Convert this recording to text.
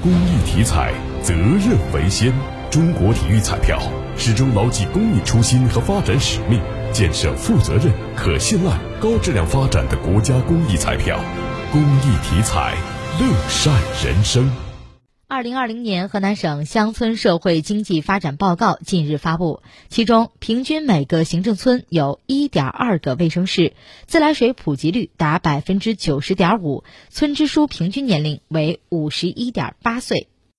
公益体彩，责任为先。中国体育彩票始终牢记公益初心和发展使命，建设负责任、可信赖、高质量发展的国家公益彩票。公益体彩，乐善人生。 2020年河南省乡村社会经济发展报告近日发布，其中平均每个行政村有 1.2 个卫生室，自来水普及率达 90.5%， 村支书平均年龄为51.8岁。